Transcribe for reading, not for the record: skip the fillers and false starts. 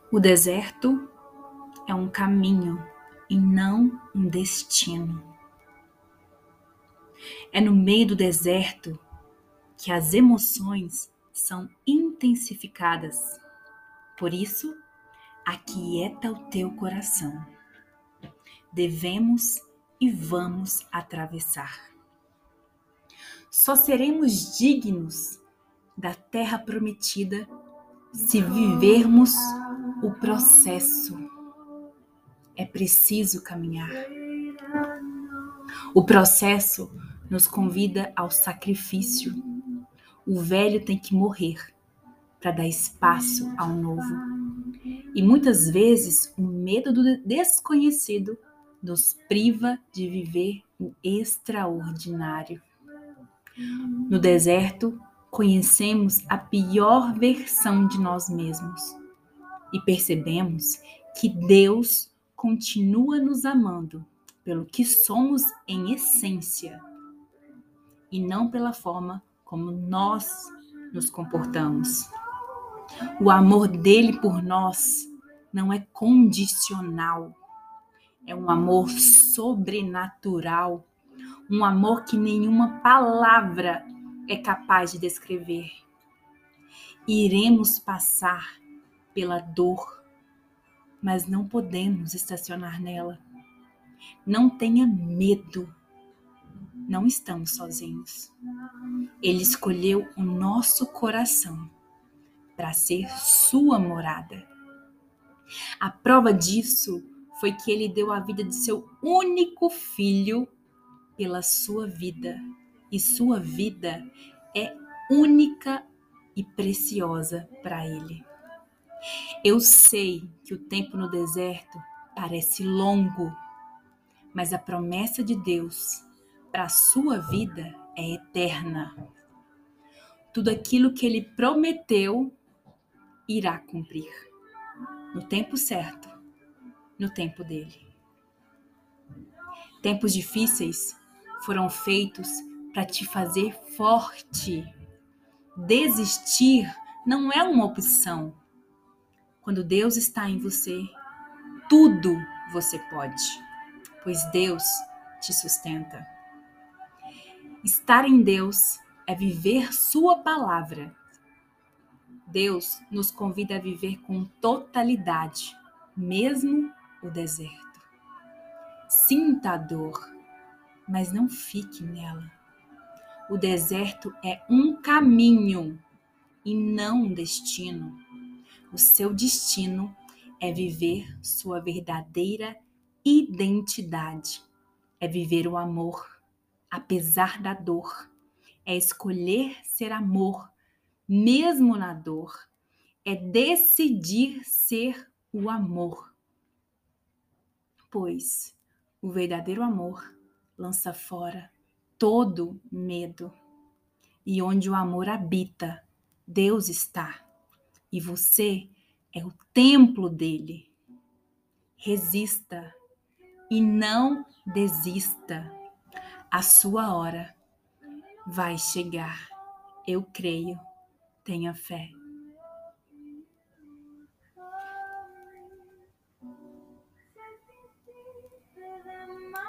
O deserto é um caminho e não um destino. É no meio do deserto que as emoções são intensificadas. Por isso, aquieta o teu coração. Devemos e vamos atravessar. Só seremos dignos da terra prometida se vivermos o processo. É preciso caminhar. O processo nos convida ao sacrifício. O velho tem que morrer para dar espaço ao novo. E muitas vezes o medo do desconhecido nos priva de viver o extraordinário. No deserto, conhecemos a pior versão de nós mesmos e percebemos que Deus continua nos amando pelo que somos em essência e não pela forma como nós nos comportamos. O amor dele por nós não é condicional, é um amor sobrenatural, um amor que nenhuma palavra é capaz de descrever. Iremos passar pela dor, mas não podemos estacionar nela. Não tenha medo, não estamos sozinhos. Ele escolheu o nosso coração para ser sua morada. A prova disso foi que ele deu a vida de seu único filho pela sua vida. E sua vida é única e preciosa para ele. Eu sei que o tempo no deserto parece longo, mas a promessa de Deus para a sua vida é eterna. Tudo aquilo que ele prometeu irá cumprir, no tempo certo, no tempo dele. Tempos difíceis foram feitos para te fazer forte. Desistir não é uma opção. Quando Deus está em você, tudo você pode, pois Deus te sustenta. Estar em Deus é viver sua palavra. Deus nos convida a viver com totalidade, mesmo o deserto. Sinta a dor, mas não fique nela. O deserto é um caminho e não um destino. O seu destino é viver sua verdadeira identidade. É viver o amor, apesar da dor. É escolher ser amor, mesmo na dor. É decidir ser o amor. Pois o verdadeiro amor lança fora todo medo. E onde o amor habita, Deus está. E você é o templo dele. Resista e não desista. A sua hora vai chegar. Eu creio. Tenha fé.